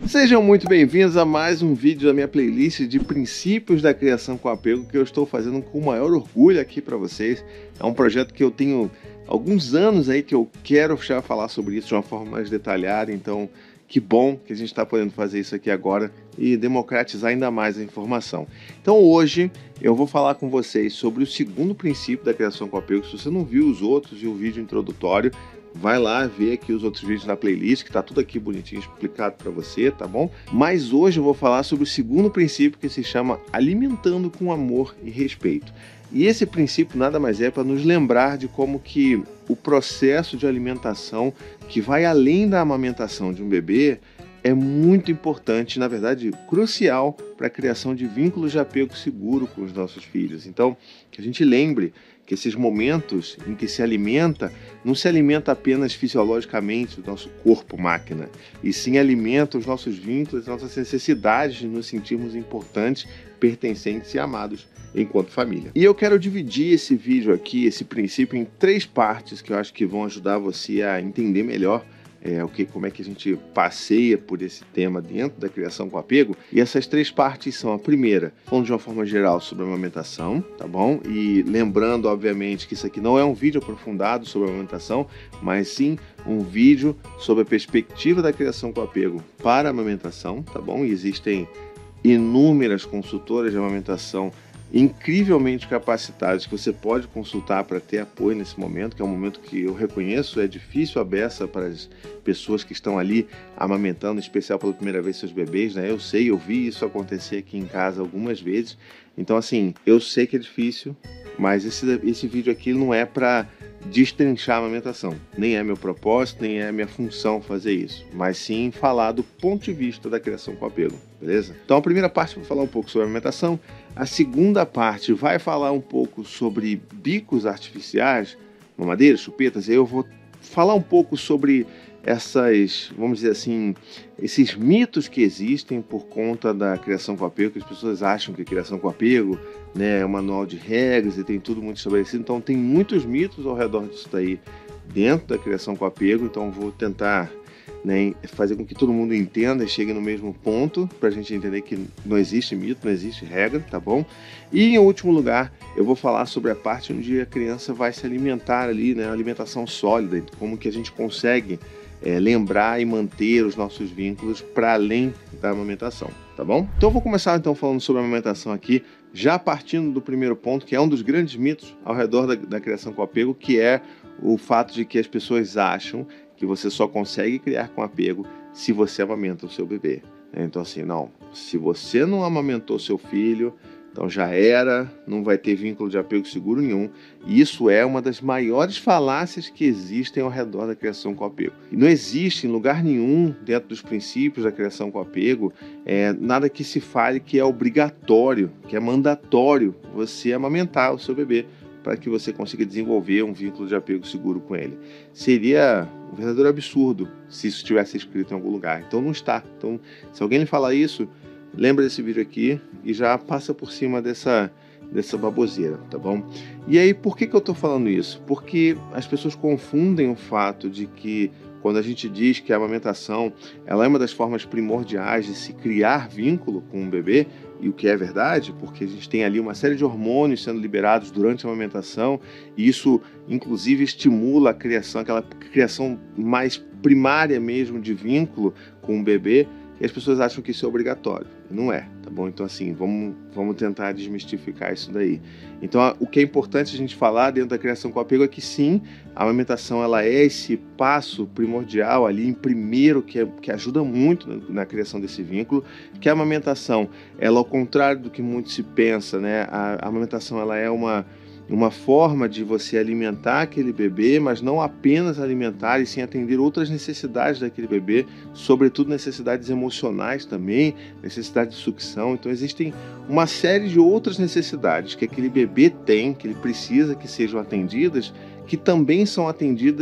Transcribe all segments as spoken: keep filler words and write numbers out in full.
Sejam muito bem-vindos a mais um vídeo da minha playlist de princípios da criação com apego, que eu estou fazendo com o maior orgulho aqui para vocês. É um projeto que eu tenho alguns anos aí que eu quero já falar sobre isso de uma forma mais detalhada, então que bom que a gente está podendo fazer isso aqui agora e democratizar ainda mais a informação. Então hoje eu vou falar com vocês sobre o segundo princípio da criação com apego. Se você não viu os outros e o vídeo introdutório, vai lá ver aqui os outros vídeos na playlist, que tá tudo aqui bonitinho explicado para você, tá bom? Mas hoje eu vou falar sobre o segundo princípio, que se chama alimentando com amor e respeito. E esse princípio nada mais é para nos lembrar de como que o processo de alimentação, que vai além da amamentação de um bebê, é muito importante, na verdade, crucial para a criação de vínculos de apego seguro com os nossos filhos. Então, que a gente lembre que esses momentos em que se alimenta, não se alimenta apenas fisiologicamente o nosso corpo máquina, e sim alimenta os nossos vínculos, as nossas necessidades de nos sentirmos importantes, pertencentes e amados enquanto família. E eu quero dividir esse vídeo aqui, esse princípio, em três partes que eu acho que vão ajudar você a entender melhor É, o que, como é que a gente passeia por esse tema dentro da criação com apego. E essas três partes são: a primeira, falando de uma forma geral sobre a amamentação, tá bom? E lembrando, obviamente, que isso aqui não é um vídeo aprofundado sobre a amamentação, mas sim um vídeo sobre a perspectiva da criação com apego para a amamentação, tá bom? E existem inúmeras consultoras de amamentação incrivelmente capacitados que você pode consultar para ter apoio nesse momento, que é um momento que eu reconheço é difícil a beça para as pessoas que estão ali amamentando, em especial pela primeira vez seus bebês, né? Eu sei, eu vi isso acontecer aqui em casa algumas vezes, então assim, eu sei que é difícil, mas esse, esse vídeo aqui não é para destrinchar a amamentação, nem é meu propósito, nem é minha função fazer isso, mas sim falar do ponto de vista da criação com apego, beleza? Então a primeira parte eu vou falar um pouco sobre a alimentação, a segunda parte vai falar um pouco sobre bicos artificiais, mamadeiras, chupetas, e eu vou falar um pouco sobre essas, vamos dizer assim, esses mitos que existem por conta da criação com apego, que as pessoas acham que a criação com apego, né, é um manual de regras e tem tudo muito estabelecido, então tem muitos mitos ao redor disso daí dentro da criação com apego, então vou tentar, né, fazer com que todo mundo entenda e chegue no mesmo ponto, para a gente entender que não existe mito, não existe regra, tá bom? E em último lugar, eu vou falar sobre a parte onde a criança vai se alimentar ali, né, alimentação sólida, como que a gente consegue É, lembrar e manter os nossos vínculos para além da amamentação, tá bom? Então eu vou começar então falando sobre a amamentação aqui, já partindo do primeiro ponto, que é um dos grandes mitos ao redor da, da criação com apego, que é o fato de que as pessoas acham que você só consegue criar com apego se você amamenta o seu bebê. Então assim, não, se você não amamentou seu filho, então já era, não vai ter vínculo de apego seguro nenhum. E isso é uma das maiores falácias que existem ao redor da criação com apego. E não existe em lugar nenhum, dentro dos princípios da criação com apego, é, nada que se fale que é obrigatório, que é mandatório você amamentar o seu bebê para que você consiga desenvolver um vínculo de apego seguro com ele. Seria um verdadeiro absurdo se isso estivesse escrito em algum lugar. Então não está. Então, se alguém lhe falar isso, lembra desse vídeo aqui e já passa por cima dessa, dessa baboseira, tá bom? E aí, por que que eu tô falando isso? Porque as pessoas confundem o fato de que quando a gente diz que a amamentação ela é uma das formas primordiais de se criar vínculo com um bebê, e o que é verdade, porque a gente tem ali uma série de hormônios sendo liberados durante a amamentação, e isso inclusive estimula a criação, aquela criação mais primária mesmo de vínculo com o bebê, e as pessoas acham que isso é obrigatório. Não é, tá bom? Então assim, vamos, vamos tentar desmistificar isso daí. Então a, o que é importante a gente falar dentro da criação com apego é que sim, a amamentação ela é esse passo primordial ali em primeiro que, é, que ajuda muito na, na criação desse vínculo, que a amamentação, ela ao contrário do que muito se pensa, né? A, a amamentação ela é uma uma forma de você alimentar aquele bebê, mas não apenas alimentar, e sim atender outras necessidades daquele bebê, sobretudo necessidades emocionais também, necessidade de sucção. Então existem uma série de outras necessidades que aquele bebê tem, que ele precisa que sejam atendidas, que também são atendidas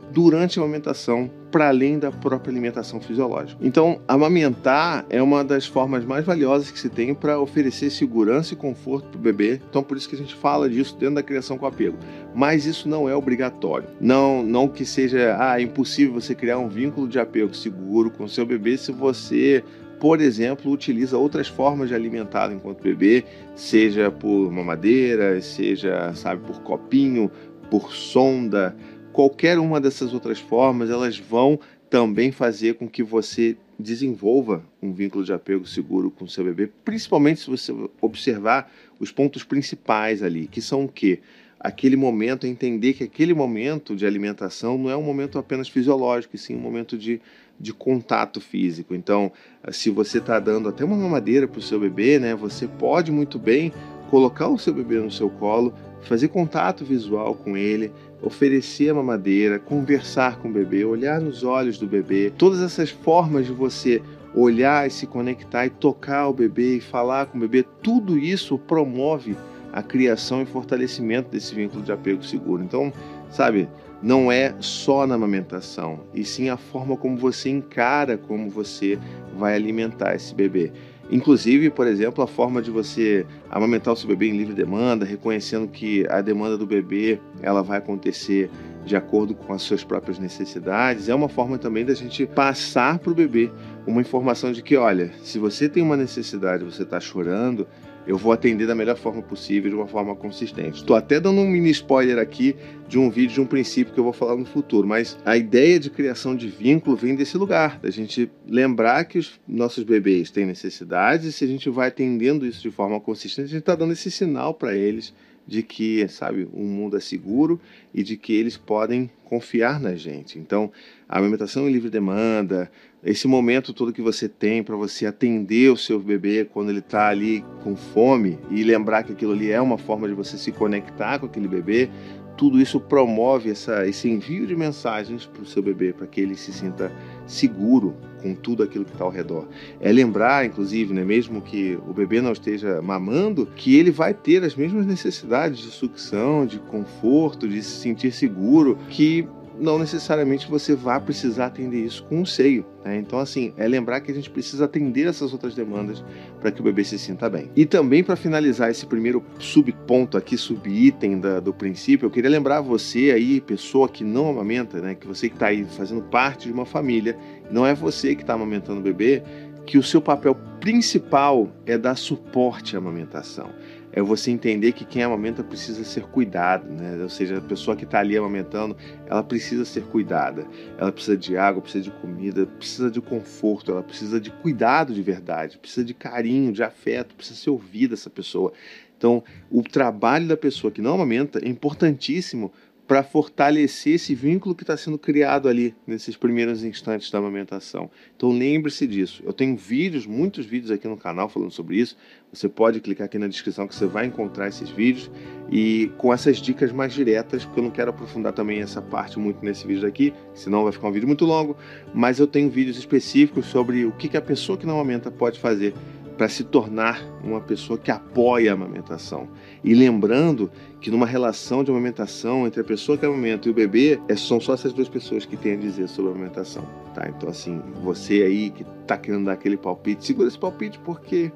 durante a amamentação, para além da própria alimentação fisiológica. Então, amamentar é uma das formas mais valiosas que se tem para oferecer segurança e conforto para o bebê. Então, por isso que a gente fala disso dentro da criação com apego. Mas isso não é obrigatório. Não, não que seja ah, impossível você criar um vínculo de apego seguro com o seu bebê se você, por exemplo, utiliza outras formas de alimentá-lo enquanto bebê, seja por mamadeira, seja, sabe, por copinho, por sonda. Qualquer uma dessas outras formas, elas vão também fazer com que você desenvolva um vínculo de apego seguro com o seu bebê, principalmente se você observar os pontos principais ali, que são o quê? Aquele momento, entender que aquele momento de alimentação não é um momento apenas fisiológico, e sim um momento de, de contato físico. Então, se você está dando até uma mamadeira para o seu bebê, né, você pode muito bem colocar o seu bebê no seu colo, fazer contato visual com ele, oferecer a mamadeira, conversar com o bebê, olhar nos olhos do bebê. Todas essas formas de você olhar e se conectar e tocar o bebê e falar com o bebê, tudo isso promove a criação e fortalecimento desse vínculo de apego seguro. Então, sabe, não é só na amamentação, e sim a forma como você encara como você vai alimentar esse bebê. Inclusive, por exemplo, a forma de você amamentar o seu bebê em livre demanda, reconhecendo que a demanda do bebê ela vai acontecer de acordo com as suas próprias necessidades, é uma forma também da gente passar para o bebê uma informação de que, olha, se você tem uma necessidade, você está chorando, eu vou atender da melhor forma possível, de uma forma consistente. Estou até dando um mini spoiler aqui de um vídeo, de um princípio que eu vou falar no futuro, mas a ideia de criação de vínculo vem desse lugar, da gente lembrar que os nossos bebês têm necessidades, e se a gente vai atendendo isso de forma consistente, a gente está dando esse sinal para eles de que, sabe, o mundo é seguro e de que eles podem confiar na gente. Então, a amamentação em livre demanda, esse momento todo que você tem para você atender o seu bebê quando ele está ali com fome e lembrar que aquilo ali é uma forma de você se conectar com aquele bebê, tudo isso promove essa, esse envio de mensagens para o seu bebê, para que ele se sinta seguro com tudo aquilo que está ao redor. É lembrar, inclusive, né, mesmo que o bebê não esteja mamando, que ele vai ter as mesmas necessidades de sucção, de conforto, de se sentir seguro, que não necessariamente você vai precisar atender isso com o seio, né? Então, assim, é lembrar que a gente precisa atender essas outras demandas para que o bebê se sinta bem. E também, para finalizar esse primeiro subponto aqui, subitem da, do princípio, eu queria lembrar você aí, pessoa que não amamenta, né? Que você que está aí fazendo parte de uma família, não é você que está amamentando o bebê, que o seu papel principal é dar suporte à amamentação. É você entender que quem amamenta precisa ser cuidado, né? Ou seja, a pessoa que está ali amamentando, ela precisa ser cuidada. Ela precisa de água, precisa de comida, precisa de conforto, ela precisa de cuidado de verdade, precisa de carinho, de afeto, precisa ser ouvida essa pessoa. Então, o trabalho da pessoa que não amamenta é importantíssimo para fortalecer esse vínculo que está sendo criado ali nesses primeiros instantes da amamentação. Então lembre-se disso. Eu tenho vídeos, muitos vídeos aqui no canal falando sobre isso. Você pode clicar aqui na descrição que você vai encontrar esses vídeos e com essas dicas mais diretas, porque eu não quero aprofundar também essa parte muito nesse vídeo aqui, senão vai ficar um vídeo muito longo, mas eu tenho vídeos específicos sobre o que a pessoa que não amamenta pode fazer para se tornar uma pessoa que apoia a amamentação. E lembrando que numa relação de amamentação entre a pessoa que amamenta e o bebê, são só essas duas pessoas que têm a dizer sobre a amamentação, tá? Então, assim, você aí que tá querendo dar aquele palpite, segura esse palpite porque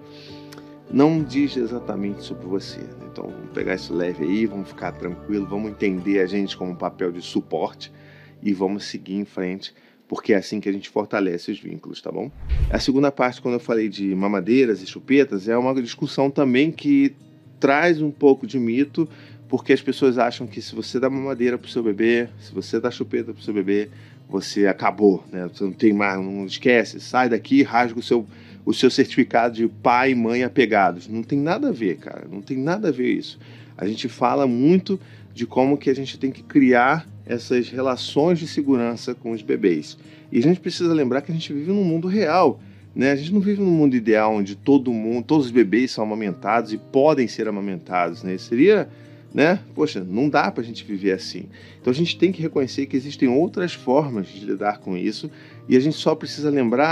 não diz exatamente sobre você, né? Então, vamos pegar isso leve aí, vamos ficar tranquilo, vamos entender a gente como um papel de suporte e vamos seguir em frente, porque é assim que a gente fortalece os vínculos, tá bom? A segunda parte, quando eu falei de mamadeiras e chupetas, é uma discussão também que traz um pouco de mito, porque as pessoas acham que se você dá mamadeira pro seu bebê, se você dá chupeta pro seu bebê, você acabou, né? Você não tem mais, não esquece, sai daqui e rasga o seu, o seu certificado de pai e mãe apegados. Não tem nada a ver, cara, não tem nada a ver isso. A gente fala muito de como que a gente tem que criar essas relações de segurança com os bebês. E a gente precisa lembrar que a gente vive num mundo real, né? A gente não vive num mundo ideal onde todo mundo, todos os bebês são amamentados e podem ser amamentados, né? Seria, né? Poxa, não dá pra gente viver assim. Então a gente tem que reconhecer que existem outras formas de lidar com isso e a gente só precisa lembrar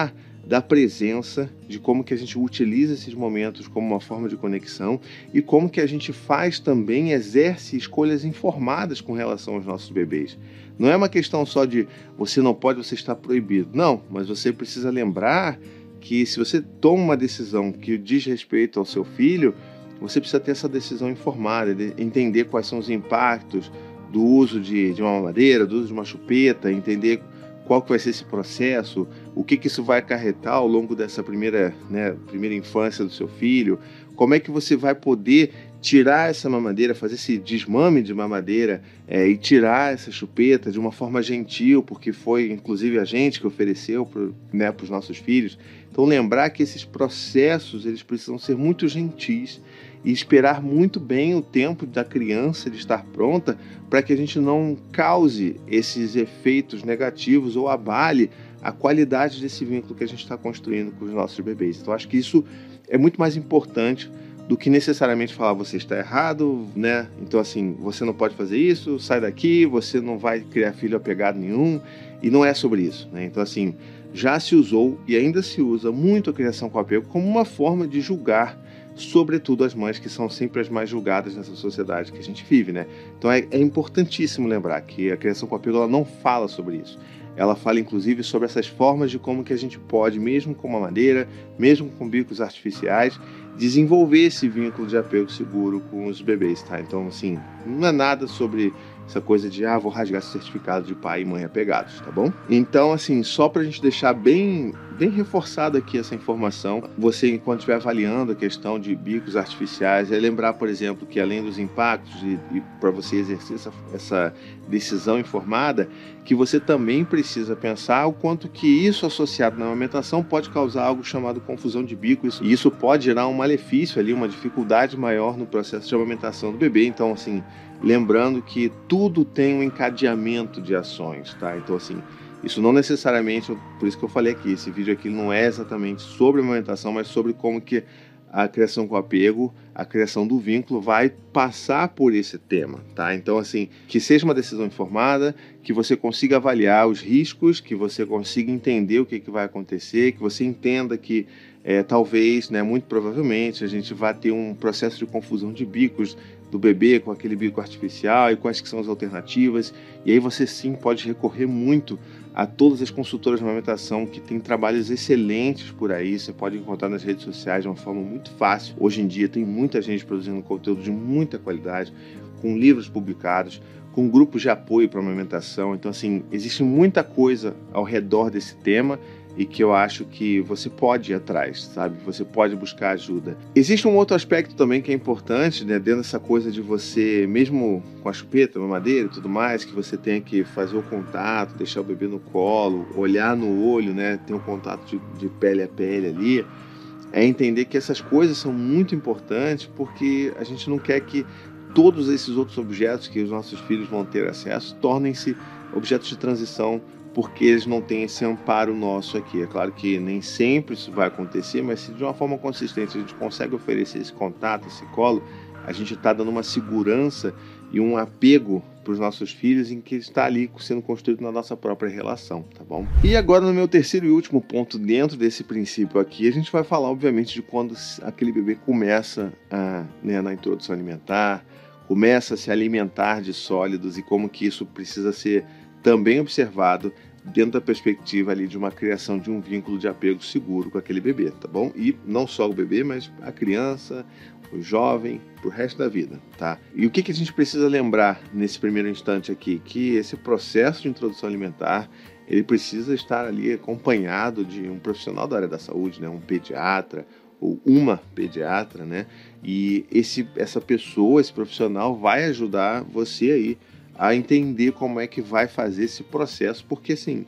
da presença, de como que a gente utiliza esses momentos como uma forma de conexão e como que a gente faz também, exerce escolhas informadas com relação aos nossos bebês. Não é uma questão só de você não pode, você está proibido. Não, mas você precisa lembrar que se você toma uma decisão que diz respeito ao seu filho, você precisa ter essa decisão informada, de entender quais são os impactos do uso de, de uma mamadeira, do uso de uma chupeta, entender qual que vai ser esse processo, o que, que isso vai acarretar ao longo dessa primeira, né, primeira infância do seu filho, como é que você vai poder tirar essa mamadeira, fazer esse desmame de mamadeira é, e tirar essa chupeta de uma forma gentil, porque foi inclusive a gente que ofereceu para, né, os nossos filhos. Então lembrar que esses processos eles precisam ser muito gentis e esperar muito bem o tempo da criança de estar pronta para que a gente não cause esses efeitos negativos ou abale a qualidade desse vínculo que a gente está construindo com os nossos bebês. Então acho que isso é muito mais importante do que necessariamente falar você está errado, né? Então assim, você não pode fazer isso, sai daqui, você não vai criar filho apegado nenhum, e não é sobre isso, né? Então assim, já se usou e ainda se usa muito a criação com apego como uma forma de julgar, sobretudo as mães, que são sempre as mais julgadas nessa sociedade que a gente vive, né? Então é, é importantíssimo lembrar que a criação com apego ela não fala sobre isso. Ela fala, inclusive, sobre essas formas de como que a gente pode, mesmo com mamadeira, mesmo com bicos artificiais, desenvolver esse vínculo de apego seguro com os bebês, tá? Então, assim, não é nada sobre essa coisa de, ah, vou rasgar esse certificado de pai e mãe apegados, tá bom? Então, assim, só pra gente deixar bem, bem reforçado aqui essa informação, você, enquanto estiver avaliando a questão de bicos artificiais, é lembrar, por exemplo, que além dos impactos e, e para você exercer essa, essa decisão informada, que você também precisa pensar o quanto que isso associado na amamentação pode causar algo chamado confusão de bico, e isso pode gerar um malefício ali, uma dificuldade maior no processo de amamentação do bebê. Então, assim, lembrando que tudo tem um encadeamento de ações, tá? Então, assim, isso não necessariamente, por isso que eu falei aqui, esse vídeo aqui não é exatamente sobre amamentação, mas sobre como que a criação com apego, a criação do vínculo vai passar por esse tema, tá? Então, assim, que seja uma decisão informada, que você consiga avaliar os riscos, que você consiga entender o que, que vai acontecer, que você entenda que é, talvez, né, muito provavelmente, a gente vai ter um processo de confusão de bicos do bebê com aquele bico artificial e quais que são as alternativas, e aí você sim pode recorrer muito a todas as consultoras de amamentação que tem trabalhos excelentes por aí, você pode encontrar nas redes sociais de uma forma muito fácil. Hoje em dia tem muita gente produzindo conteúdo de muita qualidade, com livros publicados, com grupos de apoio para a amamentação. Então, assim, existe muita coisa ao redor desse tema e que eu acho que você pode ir atrás, sabe? Você pode buscar ajuda. Existe um outro aspecto também que é importante, né? Dentro dessa coisa de você, mesmo com a chupeta, mamadeira e tudo mais, que você tenha que fazer o contato, deixar o bebê no colo, olhar no olho, né? Ter um contato de, de pele a pele ali. É entender que essas coisas são muito importantes porque a gente não quer que todos esses outros objetos que os nossos filhos vão ter acesso tornem-se objetos de transição porque eles não têm esse amparo nosso aqui. É claro que nem sempre isso vai acontecer, mas se de uma forma consistente a gente consegue oferecer esse contato, esse colo, a gente está dando uma segurança e um apego para os nossos filhos em que ele está ali sendo construído na nossa própria relação, tá bom? E agora no meu terceiro e último ponto dentro desse princípio aqui, a gente vai falar obviamente de quando aquele bebê começa a, né, na introdução alimentar, começa a se alimentar de sólidos e como que isso precisa ser também observado dentro da perspectiva ali de uma criação de um vínculo de apego seguro com aquele bebê, tá bom? E não só o bebê, mas a criança, o jovem, pro resto da vida, tá? E o que, que a gente precisa lembrar nesse primeiro instante aqui? Que esse processo de introdução alimentar, ele precisa estar ali acompanhado de um profissional da área da saúde, né? Um pediatra ou uma pediatra, né? E esse, essa pessoa, esse profissional vai ajudar você aí a entender como é que vai fazer esse processo, porque assim,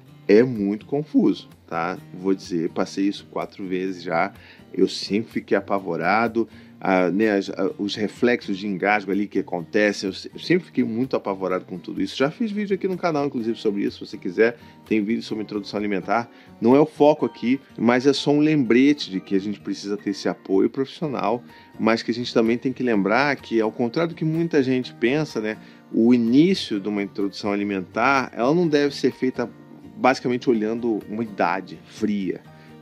é muito confuso, tá? Vou dizer, passei isso quatro vezes já, eu sempre fiquei apavorado, ah, né, as, ah, os reflexos de engasgo ali que acontecem, eu, eu sempre fiquei muito apavorado com tudo isso. Já fiz vídeo aqui no canal, inclusive, sobre isso, se você quiser, tem vídeo sobre introdução alimentar. Não é o foco aqui, mas é só um lembrete de que a gente precisa ter esse apoio profissional, mas que a gente também tem que lembrar que, ao contrário do que muita gente pensa, né, o início de uma introdução alimentar, ela não deve ser feita basicamente olhando uma idade fria.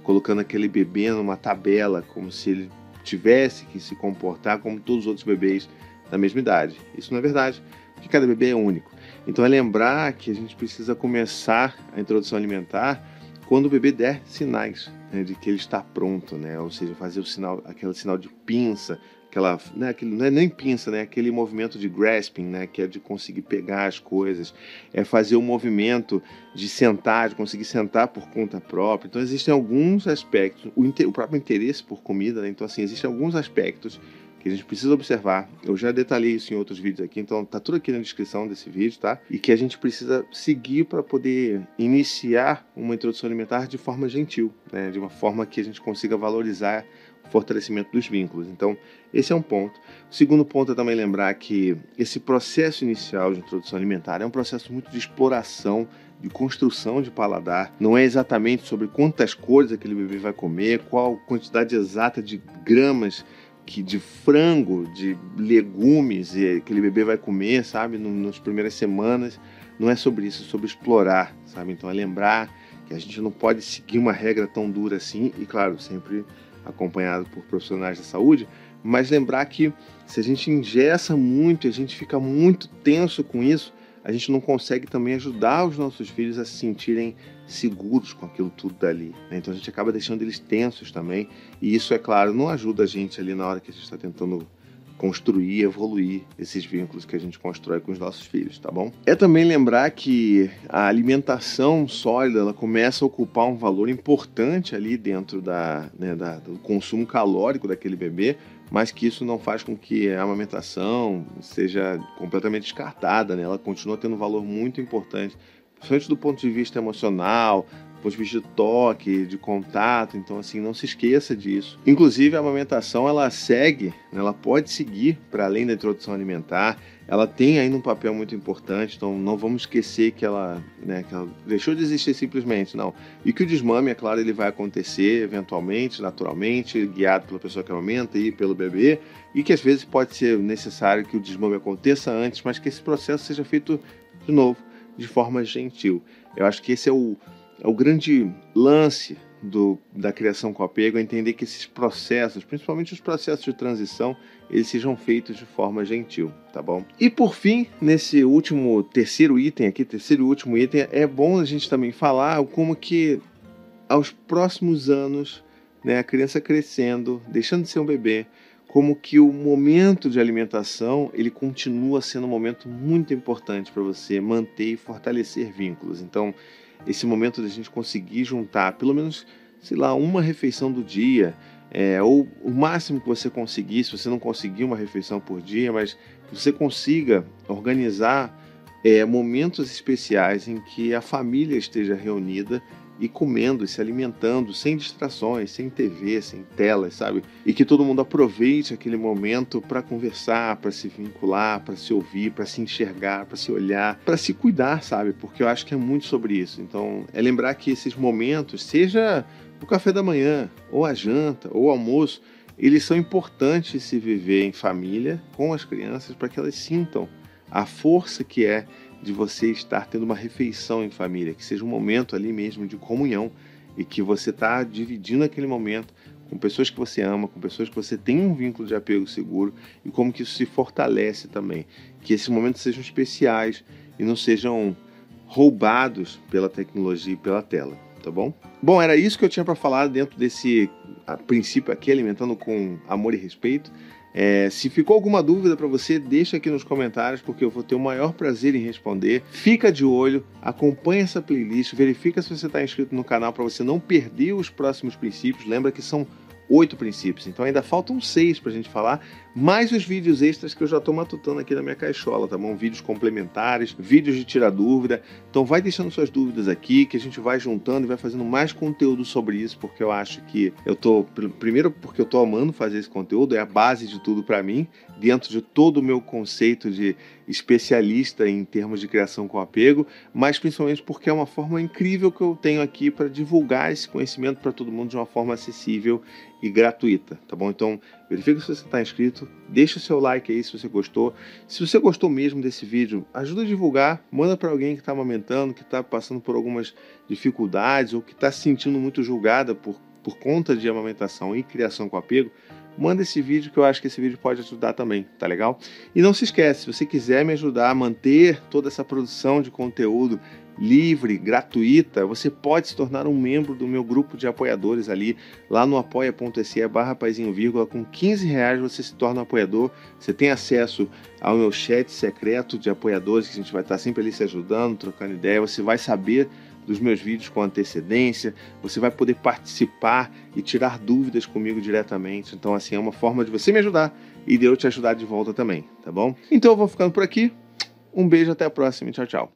colocando aquele bebê numa tabela, como se ele tivesse que se comportar como todos os outros bebês da mesma idade. Isso não é verdade, porque cada bebê é único. Então é lembrar que a gente precisa começar a introdução alimentar quando o bebê der sinais, né, de que ele está pronto, né? Ou seja, fazer o sinal, aquele sinal de pinça, aquela, né, aquele, não é nem pinça, né, aquele movimento de grasping, né, que é de conseguir pegar as coisas, é fazer o movimento de sentar, de conseguir sentar por conta própria. Então existem alguns aspectos, o, o próprio interesse por comida, né? Então assim, existem alguns aspectos que a gente precisa observar. Eu já detalhei isso em outros vídeos aqui, então tá tudo aqui na descrição desse vídeo, tá? E que a gente precisa seguir para poder iniciar uma introdução alimentar de forma gentil, né? De uma forma que a gente consiga valorizar o fortalecimento dos vínculos. Então, esse é um ponto. O segundo ponto é também lembrar que esse processo inicial de introdução alimentar é um processo muito de exploração, de construção de paladar. Não é exatamente sobre quantas cores aquele bebê vai comer, qual quantidade exata de gramas que de frango, de legumes e aquele bebê vai comer, sabe, no, nas primeiras semanas. Não é sobre isso, é sobre explorar, sabe? Então é lembrar que a gente não pode seguir uma regra tão dura assim, e claro, sempre acompanhado por profissionais da saúde, mas lembrar que se a gente engessa muito e a gente fica muito tenso com isso, a gente não consegue também ajudar os nossos filhos a se sentirem seguros com aquilo tudo dali, né? Então a gente acaba deixando eles tensos também, e isso, é claro, não ajuda a gente ali na hora que a gente está tentando construir, evoluir esses vínculos que a gente constrói com os nossos filhos, tá bom? É também lembrar que a alimentação sólida, ela começa a ocupar um valor importante ali dentro da, né, da, do consumo calórico daquele bebê, mas que isso não faz com que a amamentação seja completamente descartada, né? Ela continua tendo um valor muito importante, principalmente do ponto de vista emocional, do ponto de vista de toque, de contato. Então, assim, não se esqueça disso. Inclusive, a amamentação, ela segue, ela pode seguir para além da introdução alimentar. Ela tem ainda um papel muito importante, então não vamos esquecer que ela, né, que ela deixou de existir simplesmente, não. E que o desmame, é claro, ele vai acontecer eventualmente, naturalmente, guiado pela pessoa que amamenta e pelo bebê, e que às vezes pode ser necessário que o desmame aconteça antes, mas que esse processo seja feito de novo, de forma gentil. Eu acho que esse é o, é o grande lance do, da criação com apego, é entender que esses processos, principalmente os processos de transição, eles sejam feitos de forma gentil, tá bom? E por fim, nesse último, terceiro item aqui, terceiro e último item, é bom a gente também falar como que aos próximos anos, né, a criança crescendo, deixando de ser um bebê, como que o momento de alimentação, ele continua sendo um momento muito importante para você manter e fortalecer vínculos. Então, esse momento da gente conseguir juntar pelo menos, sei lá, uma refeição do dia, é, ou o máximo que você conseguir, se você não conseguir uma refeição por dia, mas que você consiga organizar é, momentos especiais em que a família esteja reunida e comendo e se alimentando sem distrações, sem T V, sem telas, sabe? E que todo mundo aproveite aquele momento para conversar, para se vincular, para se ouvir, para se enxergar, para se olhar, para se cuidar, sabe? Porque eu acho que é muito sobre isso. Então, é lembrar que esses momentos, seja o café da manhã, ou a janta, ou o almoço, eles são importantes se viver em família com as crianças para que elas sintam a força que é de você estar tendo uma refeição em família, que seja um momento ali mesmo de comunhão e que você está dividindo aquele momento com pessoas que você ama, com pessoas que você tem um vínculo de apego seguro, e como que isso se fortalece também. Que esses momentos sejam especiais e não sejam roubados pela tecnologia e pela tela, tá bom? Bom, era isso que eu tinha para falar dentro desse a princípio aqui, Alimentando com Amor e Respeito. É, se ficou alguma dúvida para você, deixa aqui nos comentários, porque eu vou ter o maior prazer em responder. Fica de olho, acompanha essa playlist, verifica se você está inscrito no canal para você não perder os próximos princípios. Lembra que são oito princípios, então ainda faltam seis para a gente falar, mais os vídeos extras que eu já estou matutando aqui na minha caixola, tá bom? Vídeos complementares, vídeos de tirar dúvida. Então vai deixando suas dúvidas aqui, que a gente vai juntando e vai fazendo mais conteúdo sobre isso, porque eu acho que eu tô, primeiro porque eu tô amando fazer esse conteúdo, é a base de tudo para mim, dentro de todo o meu conceito de especialista em termos de criação com apego, mas principalmente porque é uma forma incrível que eu tenho aqui para divulgar esse conhecimento para todo mundo de uma forma acessível e gratuita, tá bom? Então, verifica se você está inscrito, deixa o seu like aí se você gostou. Se você gostou mesmo desse vídeo, ajuda a divulgar, manda para alguém que está amamentando, que está passando por algumas dificuldades ou que está se sentindo muito julgada por por conta de amamentação e criação com apego, manda esse vídeo que eu acho que esse vídeo pode ajudar também, tá legal? E não se esquece, se você quiser me ajudar a manter toda essa produção de conteúdo livre, gratuita, você pode se tornar um membro do meu grupo de apoiadores ali, lá no apoia.se barra paizinho vírgula. Com quinze reais você se torna um apoiador, você tem acesso ao meu chat secreto de apoiadores, que a gente vai estar sempre ali se ajudando, trocando ideia, você vai saber dos meus vídeos com antecedência, você vai poder participar e tirar dúvidas comigo diretamente. Então, assim, é uma forma de você me ajudar e de eu te ajudar de volta também, tá bom? Então eu vou ficando por aqui. Um beijo, até a próxima. Tchau, tchau.